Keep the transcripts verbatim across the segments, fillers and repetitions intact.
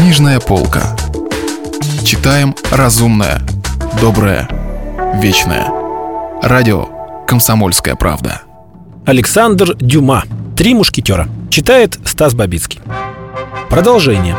Книжная полка. Читаем разумное, доброе, вечное. Радио «Комсомольская правда». Александр Дюма. «Три мушкетера». Читает Стас Бабицкий. Продолжение.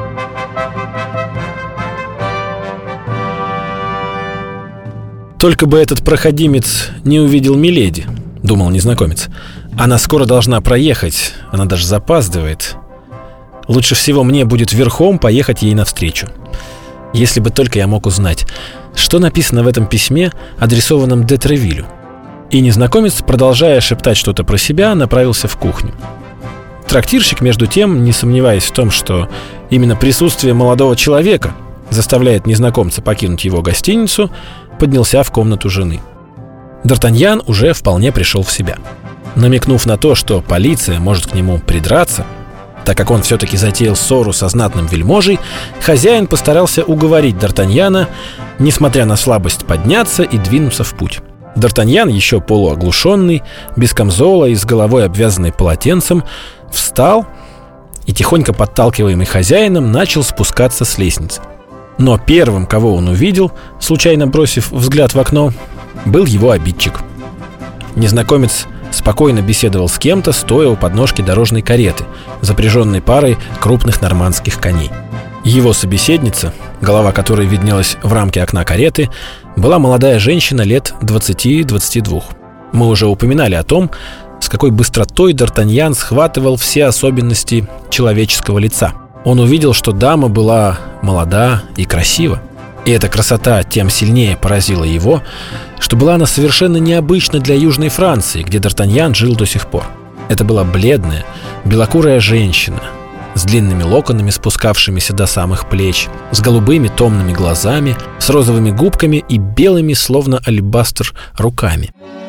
«Только бы этот проходимец не увидел Миледи», — думал незнакомец. «Она скоро должна проехать, она даже запаздывает. Лучше всего мне будет верхом поехать ей навстречу. Если бы только я мог узнать, что написано в этом письме, адресованном де Тревилю». И незнакомец, продолжая шептать что-то про себя, направился в кухню. Трактирщик, между тем, не сомневаясь в том, что именно присутствие молодого человека заставляет незнакомца покинуть его гостиницу, поднялся в комнату жены. Д'Артаньян уже вполне пришел в себя. Намекнув на то, что полиция может к нему придраться, так как он все-таки затеял ссору со знатным вельможей, хозяин постарался уговорить Д'Артаньяна, несмотря на слабость, подняться и двинуться в путь. Д'Артаньян, еще полуоглушенный, без камзола и с головой обвязанной полотенцем, встал и, тихонько подталкиваемый хозяином, начал спускаться с лестницы. Но первым, кого он увидел, случайно бросив взгляд в окно, был его обидчик. Незнакомец спокойно беседовал с кем-то, стоя у подножки дорожной кареты, запряженной парой крупных нормандских коней. Его собеседница, голова которой виднелась в рамке окна кареты, была молодая женщина лет двадцати-двадцати двух. Мы уже упоминали о том, с какой быстротой Д'Артаньян схватывал все особенности человеческого лица. Он увидел, что дама была молода и красива. И эта красота тем сильнее поразила его, что была она совершенно необычна для Южной Франции, где Д'Артаньян жил до сих пор. Это была бледная, белокурая женщина с длинными локонами, спускавшимися до самых плеч, с голубыми томными глазами, с розовыми губками и белыми, словно алебастр, руками.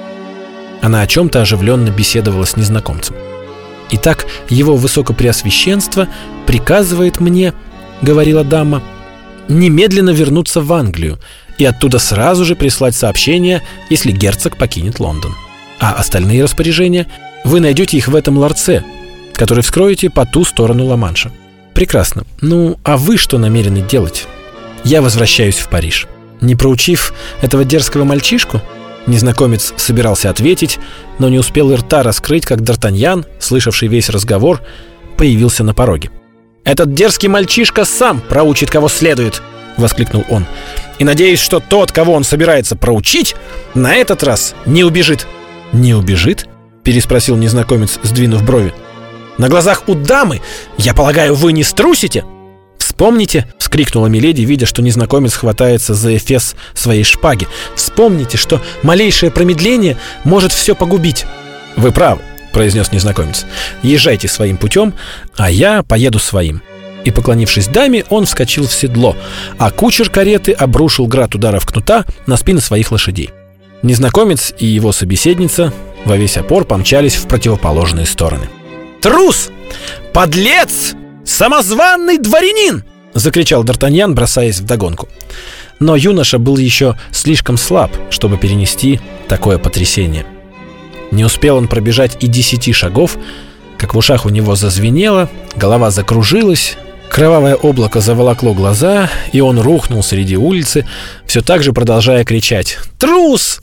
Она о чем-то оживленно беседовала с незнакомцем. «Итак, его высокопреосвященство приказывает мне, — говорила дама, — немедленно вернуться в Англию и оттуда сразу же прислать сообщение, если герцог покинет Лондон. А остальные распоряжения вы найдете их в этом ларце, который вскроете по ту сторону Ла-Манша. Прекрасно. Ну, а вы что намерены делать? Я возвращаюсь в Париж. Не проучив этого дерзкого мальчишку?» Незнакомец собирался ответить, но не успел и рта раскрыть, как Д'Артаньян, слышавший весь разговор, появился на пороге. «Этот дерзкий мальчишка сам проучит кого следует!» — воскликнул он. «И надеюсь, что тот, кого он собирается проучить, на этот раз не убежит». «Не убежит?» — переспросил незнакомец, сдвинув брови. «На глазах у дамы, я полагаю, вы не струсите?» «Вспомните!» — вскрикнула Миледи, видя, что незнакомец хватается за эфес своей шпаги. «Вспомните, что малейшее промедление может все погубить!» «Вы правы!» — произнес незнакомец. «Езжайте своим путем, а я поеду своим». И, поклонившись даме, он вскочил в седло, а кучер кареты обрушил град ударов кнута на спины своих лошадей. Незнакомец и его собеседница во весь опор помчались в противоположные стороны. «Трус! Подлец! Самозванный дворянин!» — закричал Д'Артаньян, бросаясь вдогонку. Но юноша был еще слишком слаб, чтобы перенести такое потрясение. Не успел он пробежать и десяти шагов, как в ушах у него зазвенело, голова закружилась, кровавое облако заволокло глаза, и он рухнул среди улицы, все так же продолжая кричать: «Трус!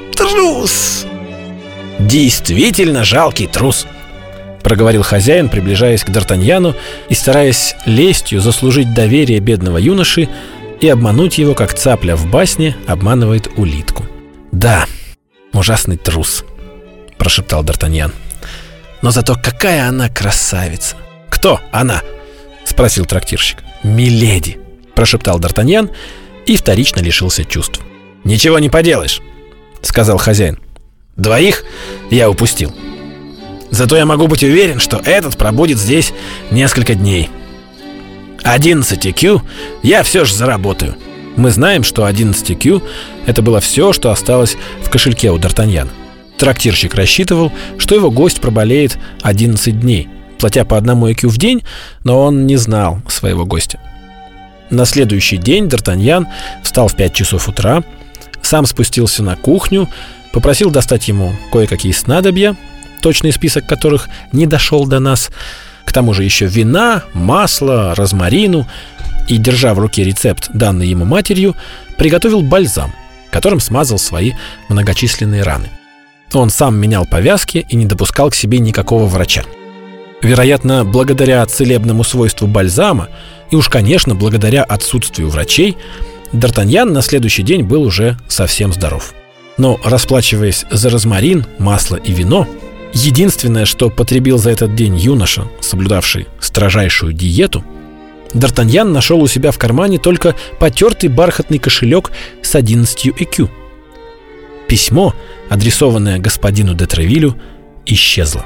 Трус!» «Действительно жалкий трус!» — проговорил хозяин, приближаясь к Д'Артаньяну и стараясь лестью заслужить доверие бедного юноши и обмануть его, как цапля в басне обманывает улитку. «Да, ужасный трус», — прошептал Д'Артаньян. «Но зато какая она красавица!» «Кто она?» — спросил трактирщик. «Миледи», — прошептал Д'Артаньян и вторично лишился чувств. «Ничего не поделаешь», — сказал хозяин. «Двоих я упустил. Зато я могу быть уверен, что этот пробудет здесь несколько дней. одиннадцать кью я все же заработаю». Мы знаем, что одиннадцать кью — это было все, что осталось в кошельке у Д'Артаньяна. Трактирщик рассчитывал, что его гость проболеет одиннадцать дней, платя по одному кью в день, но он не знал своего гостя. На следующий день Д'Артаньян встал в пять часов утра, сам спустился на кухню, попросил достать ему кое-какие снадобья, точный список которых не дошел до нас, К тому же еще вина, масла, розмарину. И, держа в руке рецепт, данный ему матерью, приготовил бальзам, которым смазал свои многочисленные раны. Он сам менял повязки и не допускал к себе никакого врача. Вероятно, благодаря целебному свойству бальзама и уж, конечно, благодаря отсутствию врачей, Д'Артаньян на следующий день был уже совсем здоров. Но, расплачиваясь за розмарин, масло и вино, единственное, что потребил за этот день юноша, соблюдавший строжайшую диету, Д'Артаньян нашел у себя в кармане только потертый бархатный кошелек с одиннадцатью экю. Письмо, адресованное господину де Тревилю, исчезло.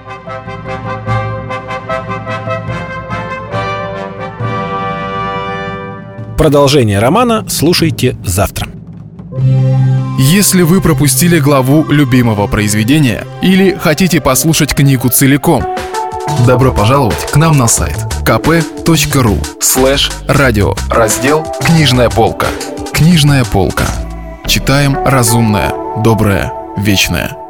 Продолжение романа слушайте завтра. Если вы пропустили главу любимого произведения или хотите послушать книгу целиком, добро пожаловать к нам на сайт ка пэ точка ру слэш радио, раздел «Книжная полка». Книжная полка. Читаем разумное, доброе, вечное.